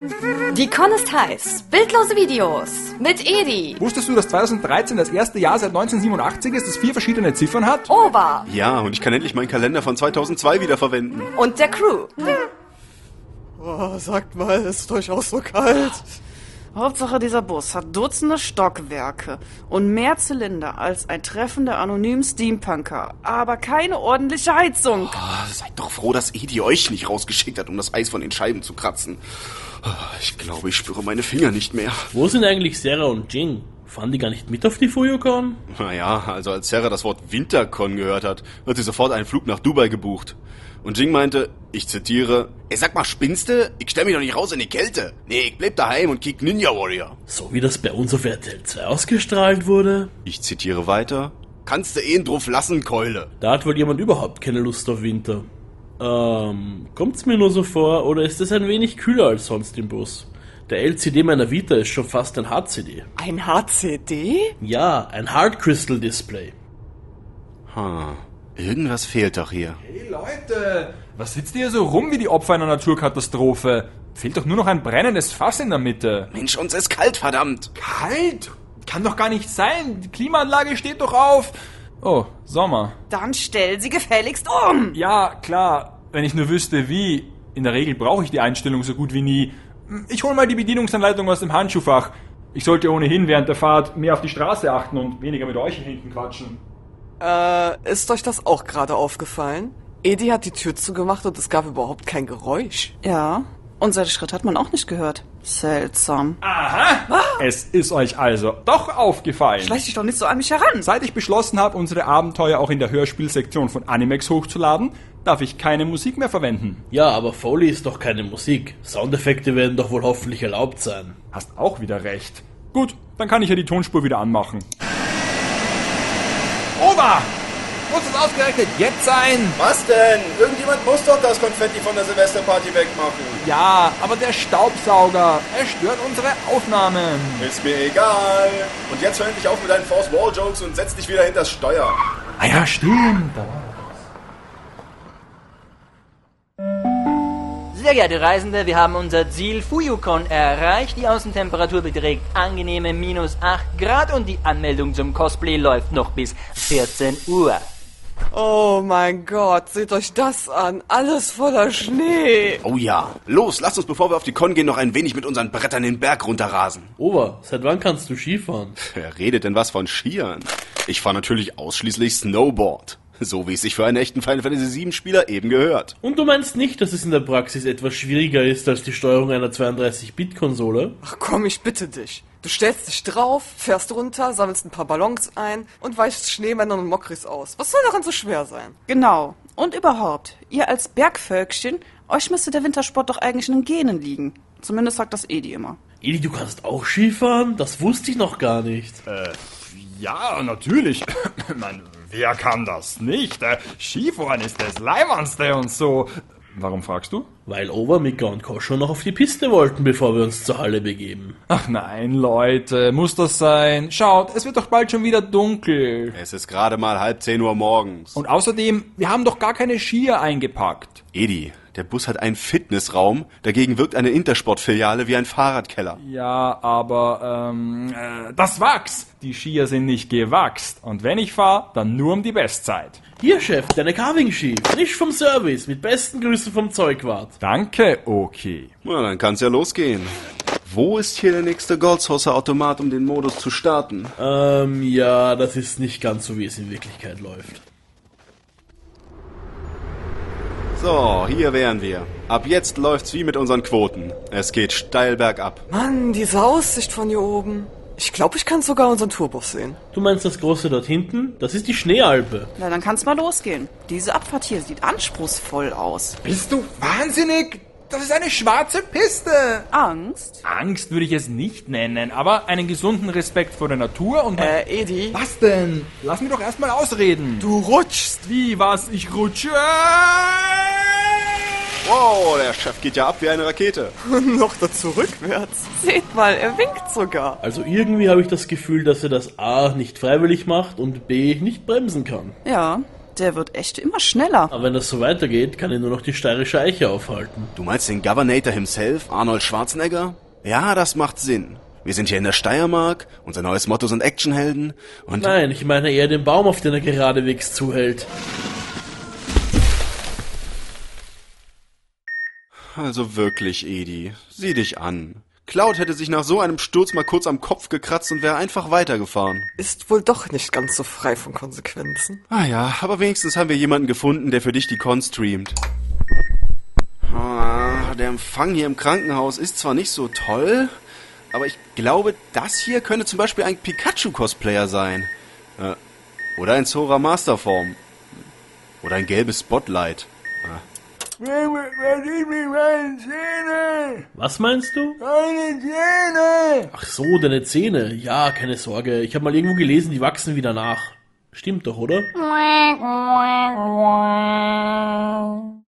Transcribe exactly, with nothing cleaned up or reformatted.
Die Con ist heiß. Bildlose Videos mit Edi. Wusstest du, dass zweitausenddreizehn das erste Jahr seit neunzehnhundertsiebenundachtzig ist, das vier verschiedene Ziffern hat? Ober. Ja, und ich kann endlich meinen Kalender von zweitausendzwei wiederverwenden. Und der Crew. Oh, sagt mal, ist euch auch so kalt? Hauptsache, dieser Bus hat Dutzende Stockwerke und mehr Zylinder als ein Treffen der anonymen Steampunker, aber keine ordentliche Heizung. Oh, seid doch froh, dass Edi euch nicht rausgeschickt hat, um das Eis von den Scheiben zu kratzen. Oh, ich glaube, ich spüre meine Finger nicht mehr. Wo sind eigentlich Sarah und Jing? Fahren die gar nicht mit auf die Fuyucon? Naja, also als Sarah das Wort Wintercon gehört hat, hat sie sofort einen Flug nach Dubai gebucht. Und Jing meinte, ich zitiere, ey, sag mal, spinnste? Ich stell mich doch nicht raus in die Kälte. Nee, ich bleib daheim und kick Ninja Warrior. So wie das bei uns auf R T L zwei ausgestrahlt wurde? Ich zitiere weiter, kannst du eh drauf lassen, Keule. Da hat wohl jemand überhaupt keine Lust auf Winter. Ähm, kommt's mir nur so vor, oder ist es ein wenig kühler als sonst im Bus? Der L C D meiner Vita ist schon fast ein H C D. Ein H C D? Ja, ein Hard Crystal Display. Hm, irgendwas fehlt doch hier. Hey Leute, was sitzt ihr so rum wie die Opfer einer Naturkatastrophe? Fehlt doch nur noch ein brennendes Fass in der Mitte. Mensch, uns ist kalt, verdammt. Kalt? Kann doch gar nicht sein. Die Klimaanlage steht doch auf. Oh, Sommer. Dann stell sie gefälligst um. Ja, klar, wenn ich nur wüsste wie. In der Regel brauche ich die Einstellung so gut wie nie. Ich hole mal die Bedienungsanleitung aus dem Handschuhfach. Ich sollte ohnehin während der Fahrt mehr auf die Straße achten und weniger mit euch hier hinten quatschen. Äh, ist euch das auch gerade aufgefallen? Edi hat die Tür zugemacht und es gab überhaupt kein Geräusch. Ja, und seine Schritte hat man auch nicht gehört. Seltsam. Aha! Es ist euch also doch aufgefallen. Schleich dich doch nicht so an mich heran. Seit ich beschlossen habe, unsere Abenteuer auch in der Hörspielsektion von Animex hochzuladen, darf ich keine Musik mehr verwenden. Ja, aber Foley ist doch keine Musik. Soundeffekte werden doch wohl hoffentlich erlaubt sein. Hast auch wieder recht. Gut, dann kann ich ja die Tonspur wieder anmachen. Ober! Muss es ausgerechnet jetzt sein? Was denn? Irgendjemand muss doch das Konfetti von der Silvesterparty wegmachen. Ja, aber der Staubsauger, er stört unsere Aufnahmen. Ist mir egal. Und jetzt hör endlich auf mit deinen Force Wall Jokes und setz dich wieder hinters Steuer. Ah ja, stimmt. Sehr geehrte Reisende, wir haben unser Ziel Fuyucon erreicht. Die Außentemperatur beträgt angenehme minus acht Grad und die Anmeldung zum Cosplay läuft noch bis vierzehn Uhr. Oh mein Gott, seht euch das an. Alles voller Schnee. Oh ja, los, lasst uns, bevor wir auf die Con gehen, noch ein wenig mit unseren Brettern den Berg runterrasen. Ober, seit wann kannst du Skifahren? Wer redet denn was von Skiern? Ich fahre natürlich ausschließlich Snowboard. So wie es sich für einen echten Final Fantasy sieben Spieler eben gehört. Und du meinst nicht, dass es in der Praxis etwas schwieriger ist als die Steuerung einer zweiunddreißig-Bit-Konsole? Ach komm, ich bitte dich. Du stellst dich drauf, fährst runter, sammelst ein paar Ballons ein und weichst Schneemännern und Mokris aus. Was soll daran so schwer sein? Genau. Und überhaupt, ihr als Bergvölkchen, euch müsste der Wintersport doch eigentlich in den Genen liegen. Zumindest sagt das Edi immer. Edi, du kannst auch Skifahren? Das wusste ich noch gar nicht. Äh, ja, natürlich. Man, wer kann das nicht? Äh, Skifahren ist das Leibernste und so. Warum fragst du? Weil Ober, Mika und Koscho noch auf die Piste wollten, bevor wir uns zur Halle begeben. Ach nein, Leute, muss das sein? Schaut, es wird doch bald schon wieder dunkel. Es ist gerade mal halb zehn Uhr morgens. Und außerdem, wir haben doch gar keine Skier eingepackt. Edi, der Bus hat einen Fitnessraum, dagegen wirkt eine Intersport-Filiale wie ein Fahrradkeller. Ja, aber, ähm, äh, das Wachs. Die Skier sind nicht gewachst. Und wenn ich fahre, dann nur um die Bestzeit. Hier, Chef, deine Carving-Ski. Frisch vom Service, mit besten Grüßen vom Zeugwart. Danke, okay. Na, dann kann's ja losgehen. Wo ist hier der nächste Goldsaucer-Automat, um den Modus zu starten? Ähm, ja, das ist nicht ganz so, wie es in Wirklichkeit läuft. So, hier wären wir. Ab jetzt läuft's wie mit unseren Quoten. Es geht steil bergab. Mann, diese Aussicht von hier oben. Ich glaube, ich kann sogar unseren Tourbus sehen. Du meinst das große dort hinten? Das ist die Schneealpe. Na, dann kann's mal losgehen. Diese Abfahrt hier sieht anspruchsvoll aus. Bist du wahnsinnig? Das ist eine schwarze Piste. Angst? Angst würde ich es nicht nennen, aber einen gesunden Respekt vor der Natur und... Äh, Edi? Was denn? Lass mich doch erstmal ausreden. Du rutschst. Wie, was? Ich rutsche? Wow, der Chef geht ja ab wie eine Rakete. Noch dazu rückwärts. Seht mal, er winkt sogar. Also irgendwie habe ich das Gefühl, dass er das A nicht freiwillig macht und B nicht bremsen kann. Ja, Der wird echt immer schneller. Aber wenn das so weitergeht, kann ihn nur noch die steirische Eiche aufhalten. Du meinst den Governator himself, Arnold Schwarzenegger? Ja, das macht Sinn. Wir sind hier in der Steiermark, unser neues Motto sind Actionhelden und... Nein, ich meine eher den Baum, auf den er geradewegs zuhält. Also wirklich, Edi, sieh dich an. Cloud hätte sich nach so einem Sturz mal kurz am Kopf gekratzt und wäre einfach weitergefahren. Ist wohl doch nicht ganz so frei von Konsequenzen. Ah ja, aber wenigstens haben wir jemanden gefunden, der für dich die Con streamt. Ah, der Empfang hier im Krankenhaus ist zwar nicht so toll, aber ich glaube, das hier könnte zum Beispiel ein Pikachu-Cosplayer sein. Äh, oder ein Zora Masterform. Oder ein gelbes Spotlight. Ah. Was meinst du? Meine Zähne! Ach so, deine Zähne. Ja, keine Sorge. Ich habe mal irgendwo gelesen, die wachsen wieder nach. Stimmt doch, oder?